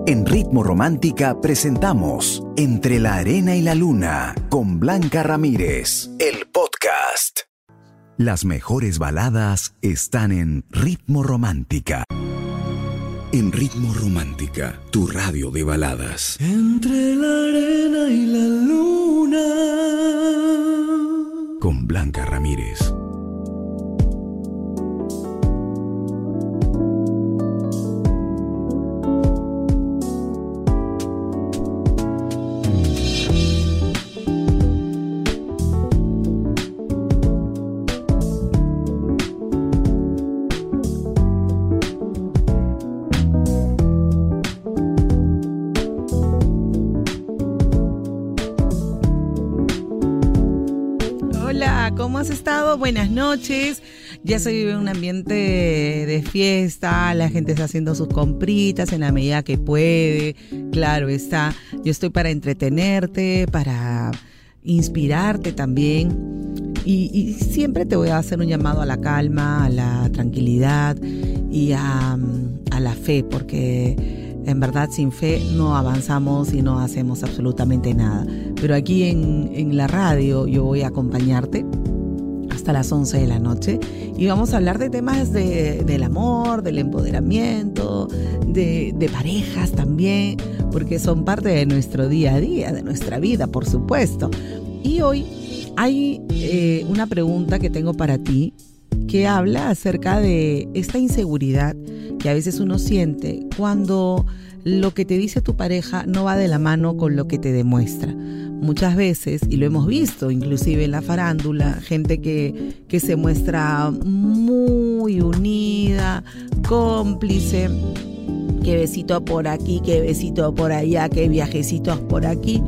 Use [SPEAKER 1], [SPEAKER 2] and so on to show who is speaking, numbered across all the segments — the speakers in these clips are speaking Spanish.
[SPEAKER 1] En Ritmo Romántica presentamos Entre la Arena y la Luna con Blanca Ramírez, el podcast. Las mejores baladas están en Ritmo Romántica. En Ritmo Romántica, tu radio de baladas.
[SPEAKER 2] Entre la arena y la luna.
[SPEAKER 1] Con Blanca Ramírez.
[SPEAKER 3] ¿Cómo has estado? Buenas noches. Ya se vive un ambiente de fiesta, la gente está haciendo sus compritas en la medida que puede. Claro está, yo estoy para entretenerte, para inspirarte también. Y siempre te voy a hacer un llamado a la calma, a la tranquilidad y a la fe, porque en verdad sin fe no avanzamos y no hacemos absolutamente nada. Pero aquí en la radio yo voy a acompañarte hasta las 11 de la noche y vamos a hablar de temas del amor, del empoderamiento, de parejas también, porque son parte de nuestro día a día, de nuestra vida, por supuesto. Y hoy hay una pregunta que tengo para ti que habla acerca de esta inseguridad que a veces uno siente cuando lo que te dice tu pareja no va de la mano con lo que te demuestra. Muchas veces, y lo hemos visto inclusive en la farándula, gente que se muestra muy unida, cómplice, que besito por aquí, que besito por allá, que viajecitos por aquí,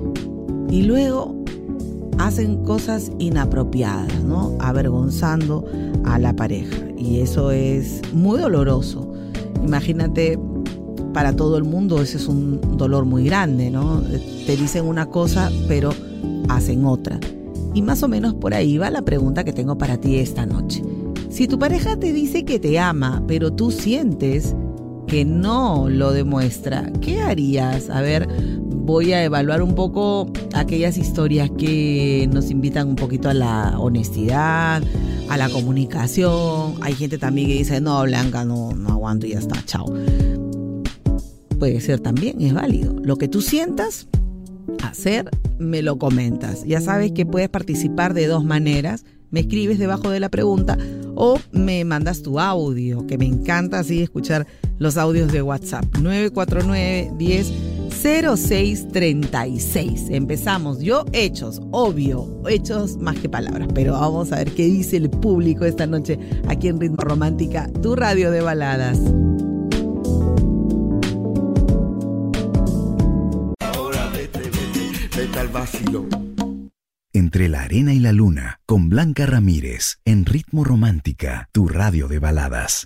[SPEAKER 3] y luego hacen cosas inapropiadas, ¿no? Avergonzando a la pareja, y eso es muy doloroso. Imagínate, para todo el mundo ese es un dolor muy grande, ¿no? Te dicen una cosa, pero hacen otra. Y más o menos por ahí va la pregunta que tengo para ti esta noche. Si tu pareja te dice que te ama, pero tú sientes que no lo demuestra, ¿qué harías? A ver, voy a evaluar un poco aquellas historias que nos invitan un poquito a la honestidad, a la comunicación. Hay gente también que dice, no, Blanca, no aguanto y ya está, chao. Puede ser también, es válido. Lo que tú sientas hacer, me lo comentas. Ya sabes que puedes participar de dos maneras. Me escribes debajo de la pregunta o me mandas tu audio, que me encanta así escuchar los audios de WhatsApp. 949-10-0636. Empezamos. Yo hechos, obvio, hechos más que palabras. Pero vamos a ver qué dice el público esta noche aquí en Ritmo Romántica, tu radio de baladas.
[SPEAKER 2] Al vacilo.
[SPEAKER 1] Entre la Arena y la Luna con Blanca Ramírez en Ritmo Romántica, tu radio de baladas.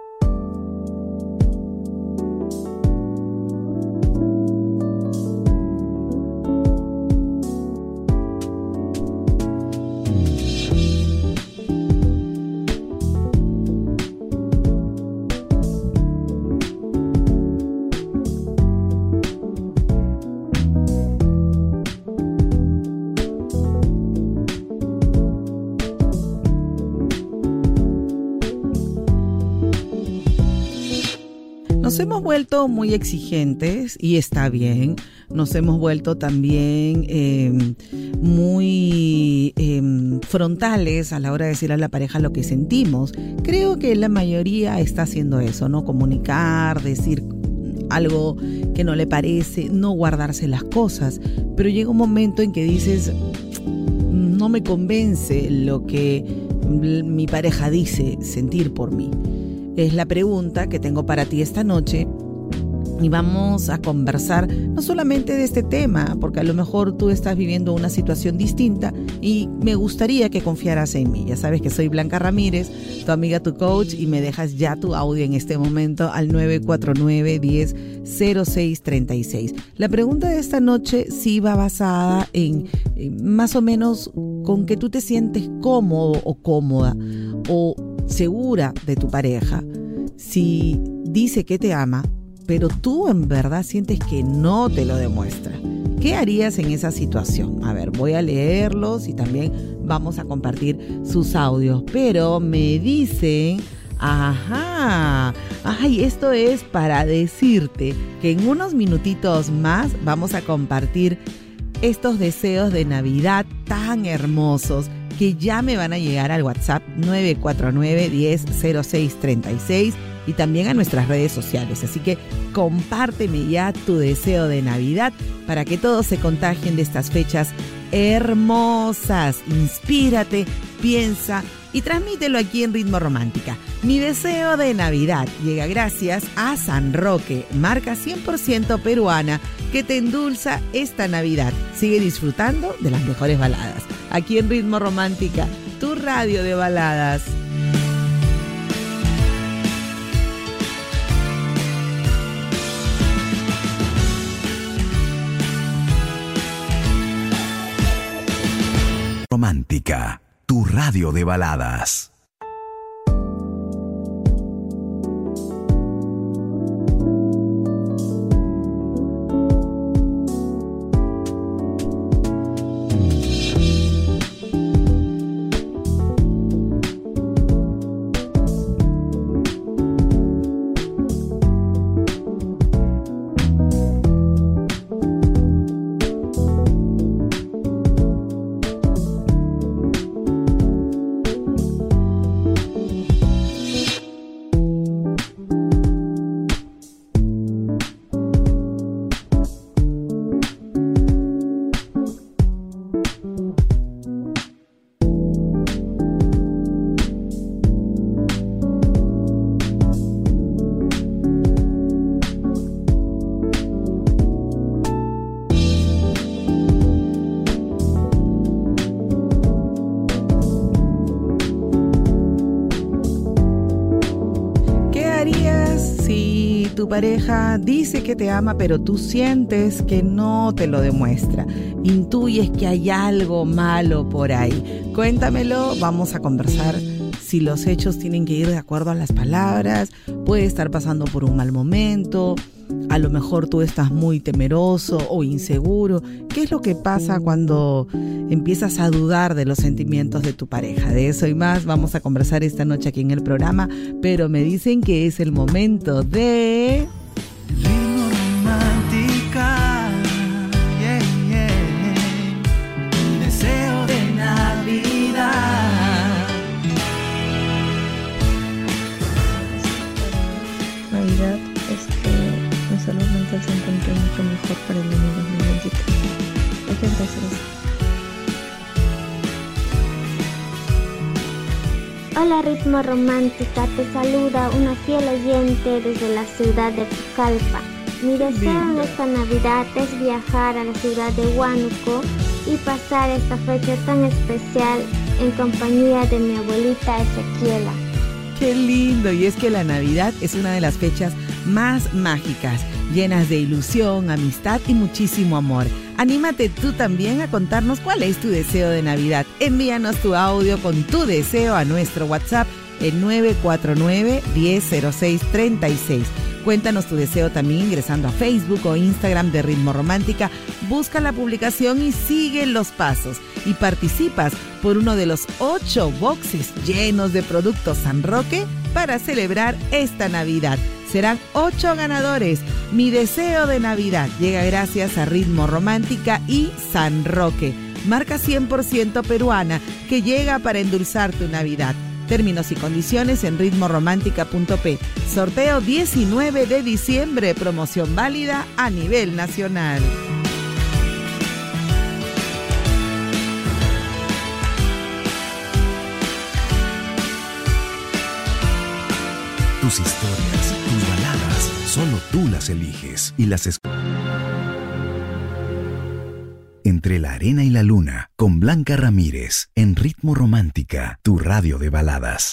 [SPEAKER 3] Nos hemos vuelto muy exigentes y está bien. Nos hemos vuelto también muy frontales a la hora de decir a la pareja lo que sentimos. Creo que la mayoría está haciendo eso, ¿no? Comunicar, decir algo que no le parece, no guardarse las cosas. Pero llega un momento en que dices, no me convence lo que mi pareja dice sentir por mí. Es la pregunta que tengo para ti esta noche y vamos a conversar no solamente de este tema, porque a lo mejor tú estás viviendo una situación distinta y me gustaría que confiaras en mí. Ya sabes que soy Blanca Ramírez, tu amiga, tu coach, y me dejas ya tu audio en este momento al 949-10-0636. La pregunta de esta noche sí va basada en más o menos con que tú te sientes cómodo o cómoda o segura de tu pareja. Si dice que te ama, pero tú en verdad sientes que no te lo demuestra. ¿Qué harías en esa situación? A ver, voy a leerlos y también vamos a compartir sus audios, pero me dicen... esto es para decirte que en unos minutitos más vamos a compartir estos deseos de Navidad tan hermosos que ya me van a llegar al WhatsApp 949-100636 y también a nuestras redes sociales. Así que compárteme ya tu deseo de Navidad para que todos se contagien de estas fechas hermosas. Inspírate, piensa y transmítelo aquí en Ritmo Romántica. Mi deseo de Navidad llega gracias a San Roque, marca 100% peruana que te endulza esta Navidad. Sigue disfrutando de las mejores baladas. Aquí en Ritmo Romántica, tu radio de baladas.
[SPEAKER 1] Romántica, tu radio de baladas.
[SPEAKER 3] Tu pareja dice que te ama, pero tú sientes que no te lo demuestra. Intuyes que hay algo malo por ahí. Cuéntamelo, vamos a conversar si los hechos tienen que ir de acuerdo a las palabras. Puede estar pasando por un mal momento. A lo mejor tú estás muy temeroso o inseguro. ¿Qué es lo que pasa cuando empiezas a dudar de los sentimientos de tu pareja? De eso y más vamos a conversar esta noche aquí en el programa, pero me dicen que es el momento de...
[SPEAKER 2] Ritmo Romántica, yeah, yeah. Deseo de Navidad.
[SPEAKER 4] Navidad es que mi salud mental se encuentre mucho mejor para el año 2023. Muchas gracias.
[SPEAKER 5] Hola Ritmo Romántica, te saluda una fiel oyente desde la ciudad de Pucallpa. Mi deseo en esta Navidad es viajar a la ciudad de Huánuco y pasar esta fecha tan especial en compañía de mi abuelita Ezequiela.
[SPEAKER 3] ¡Qué lindo! Y es que la Navidad es una de las fechas más mágicas, llenas de ilusión, amistad y muchísimo amor. Anímate tú también a contarnos cuál es tu deseo de Navidad. Envíanos tu audio con tu deseo a nuestro WhatsApp en 949-100636. Cuéntanos tu deseo también ingresando a Facebook o Instagram de Ritmo Romántica. Busca la publicación y sigue los pasos. Y participas por uno de los 8 boxes llenos de productos San Roque para celebrar esta Navidad. Serán 8 ganadores. Mi deseo de Navidad llega gracias a Ritmo Romántica y San Roque, marca 100% peruana que llega para endulzar tu Navidad. Términos y condiciones en ritmoromántica.p. Sorteo 19 de diciembre, promoción válida a nivel nacional.
[SPEAKER 1] Tus historias, tus baladas, solo tú las eliges y las escuchas. Entre la arena y la luna, con Blanca Ramírez, en Ritmo Romántica, tu radio de baladas.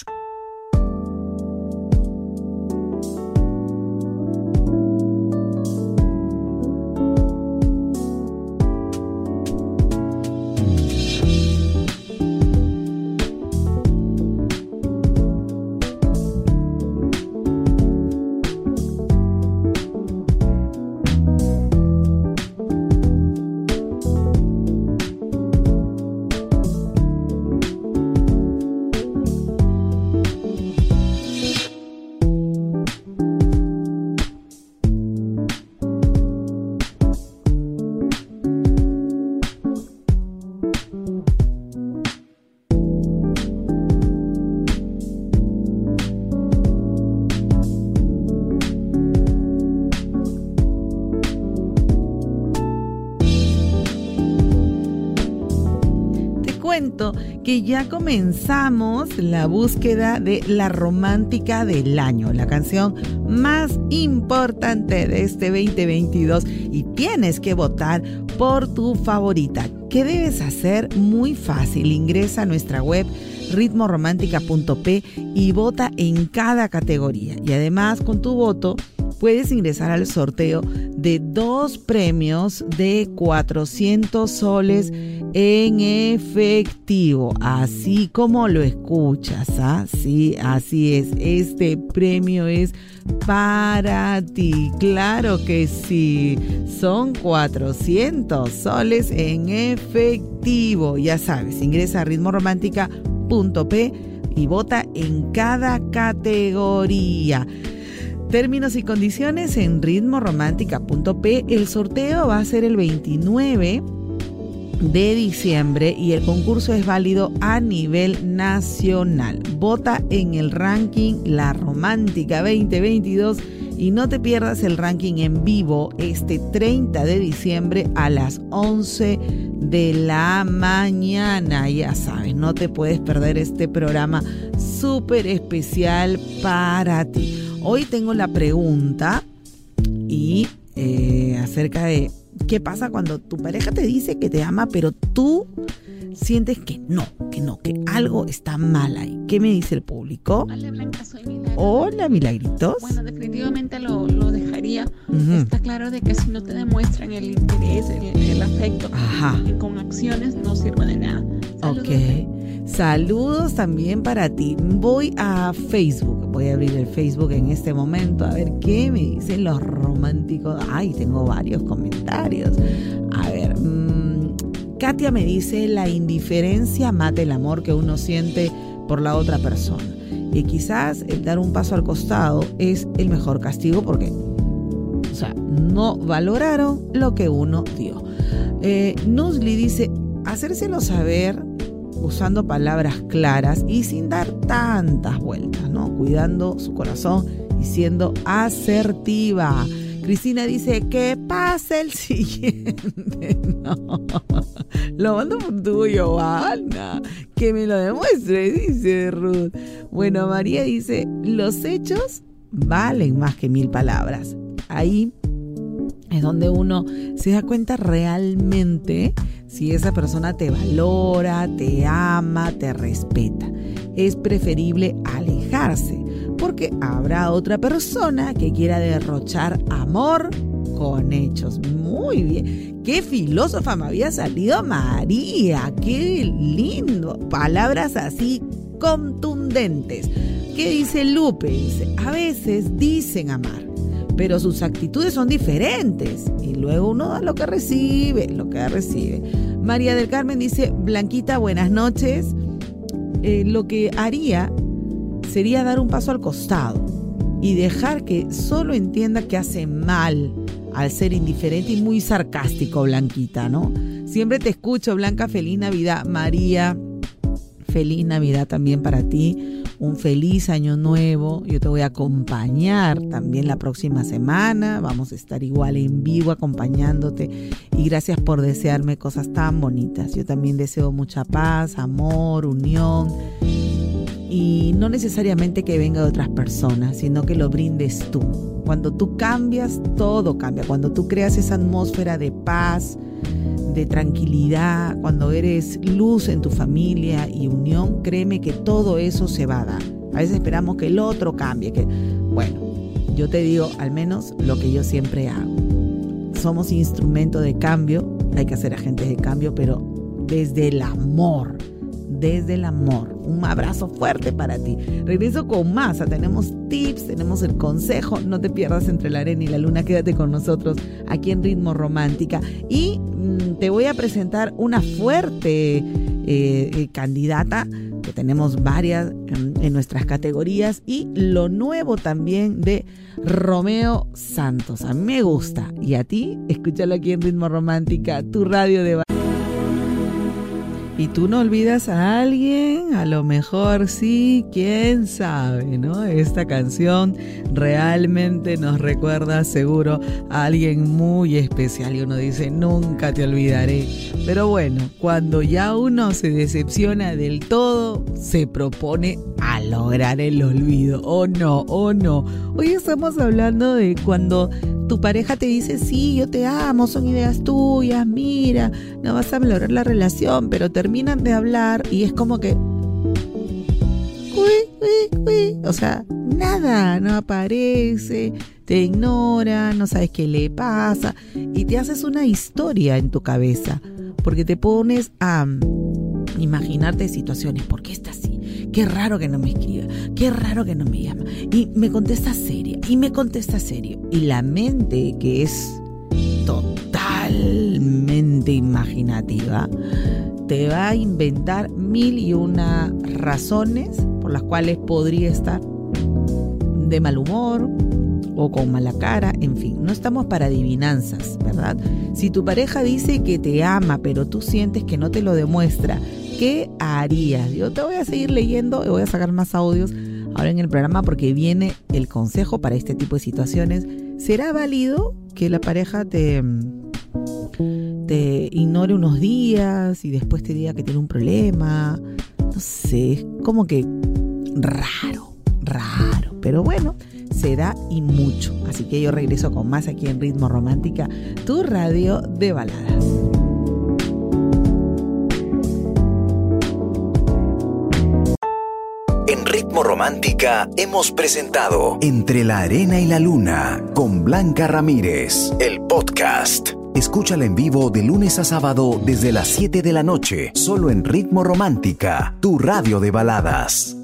[SPEAKER 3] cuento que ya comenzamos la búsqueda de la romántica del año, la canción más importante de este 2022, y tienes que votar por tu favorita. ¿Qué debes hacer? Muy fácil, ingresa a nuestra web ritmoromántica.p y vota en cada categoría, y además con tu voto puedes ingresar al sorteo de 2 premios de 400 soles en efectivo, así como lo escuchas, ¿ah? Sí, así es, este premio es para ti, claro que sí, son 400 soles en efectivo, ya sabes, ingresa a ritmoromántica.p y vota en cada categoría. Términos y condiciones en ritmoromántica.p. El sorteo va a ser el 29 de diciembre y el concurso es válido a nivel nacional. Vota en el ranking La Romántica 2022 y no te pierdas el ranking en vivo este 30 de diciembre a las 11 de la mañana. Ya sabes, no te puedes perder este programa súper especial para ti. Hoy tengo la pregunta y acerca de qué pasa cuando tu pareja te dice que te ama, pero tú sientes que que algo está mal ahí. ¿Qué me dice el público?
[SPEAKER 6] Hola Blanca, soy Milagro.
[SPEAKER 3] Hola, Milagritos.
[SPEAKER 6] Bueno, definitivamente lo dejaría. Está claro de que si no te demuestran el interés, el afecto, con acciones no sirve de nada. Saludos.
[SPEAKER 3] Ok, saludos también para ti. Voy a Facebook, voy a abrir el Facebook en este momento a ver qué me dicen los románticos. Ay, tengo varios comentarios. A ver, Katia me dice: la indiferencia mata el amor que uno siente por la otra persona. Y quizás el dar un paso al costado es el mejor castigo porque, no valoraron lo que uno dio. Nusli dice: hacérselo saber usando palabras claras y sin dar tantas vueltas, ¿no? Cuidando su corazón y siendo asertiva. Cristina dice: que pase el siguiente. No, lo mando por tuyo, Ana. Que me lo demuestre, dice Ruth. Bueno, María dice: los hechos valen más que 1000 palabras. Ahí es donde uno se da cuenta realmente si esa persona te valora, te ama, te respeta. Es preferible alejarse, porque habrá otra persona que quiera derrochar amor con hechos. Muy bien. Qué filósofa me había salido María. Qué lindo. Palabras así contundentes. ¿Qué dice Lupe? Dice: a veces dicen amar, pero sus actitudes son diferentes. Y luego uno da lo que recibe. María del Carmen dice: Blanquita, buenas noches. Lo que haría sería dar un paso al costado y dejar que solo entienda que hace mal al ser indiferente y muy sarcástico, Blanquita, ¿no? Siempre te escucho, Blanca. Feliz Navidad. María, feliz Navidad también para ti. Un feliz año nuevo. Yo te voy a acompañar también la próxima semana. Vamos a estar igual en vivo acompañándote. Y gracias por desearme cosas tan bonitas. Yo también deseo mucha paz, amor, unión. Y no necesariamente que venga de otras personas, sino que lo brindes tú. Cuando tú cambias, todo cambia. Cuando tú creas esa atmósfera de paz, de tranquilidad, cuando eres luz en tu familia y unión, créeme que todo eso se va a dar. A veces esperamos que el otro cambie. Bueno, yo te digo al menos lo que yo siempre hago. Somos instrumento de cambio, hay que ser agentes de cambio, pero desde el amor. Desde el amor. Un abrazo fuerte para ti. Regreso con más. Tenemos tips, tenemos el consejo. No te pierdas Entre la Arena y la Luna. Quédate con nosotros aquí en Ritmo Romántica. Y te voy a presentar una fuerte candidata, que tenemos varias en nuestras categorías, y lo nuevo también de Romeo Santos. A mí me gusta. Y a ti, escúchalo aquí en Ritmo Romántica, tu radio de y tú no olvidas a alguien, a lo mejor sí, quién sabe, ¿no? Esta canción realmente nos recuerda seguro a alguien muy especial y uno dice, nunca te olvidaré. Pero bueno, cuando ya uno se decepciona del todo, se propone a lograr el olvido. ¿O no? Hoy estamos hablando de cuando tu pareja te dice, sí, yo te amo, son ideas tuyas, mira, no vas a valorar la relación, pero terminan de hablar y es como que, o sea, nada, no aparece, te ignora, no sabes qué le pasa y te haces una historia en tu cabeza porque te pones a imaginarte situaciones. ¿Por qué está así? Qué raro que no me escriba, qué raro que no me llama y me contesta seria y me contesta serio, y la mente, que es totalmente imaginativa, te va a inventar 1001 razones por las cuales podría estar de mal humor o con mala cara. En fin, no estamos para adivinanzas, ¿verdad? Si tu pareja dice que te ama pero tú sientes que no te lo demuestra, ¿qué harías? Yo te voy a seguir leyendo y voy a sacar más audios ahora en el programa porque viene el consejo para este tipo de situaciones. ¿Será válido que la pareja te ignore unos días y después te diga que tiene un problema? No sé, es como que raro, pero bueno, se da y mucho. Así que yo regreso con más aquí en Ritmo Romántica, tu radio de baladas.
[SPEAKER 1] En Ritmo Romántica hemos presentado Entre la Arena y la Luna con Blanca Ramírez, el podcast. Escúchala en vivo de lunes a sábado desde las 7 de la noche, solo en Ritmo Romántica, tu radio de baladas.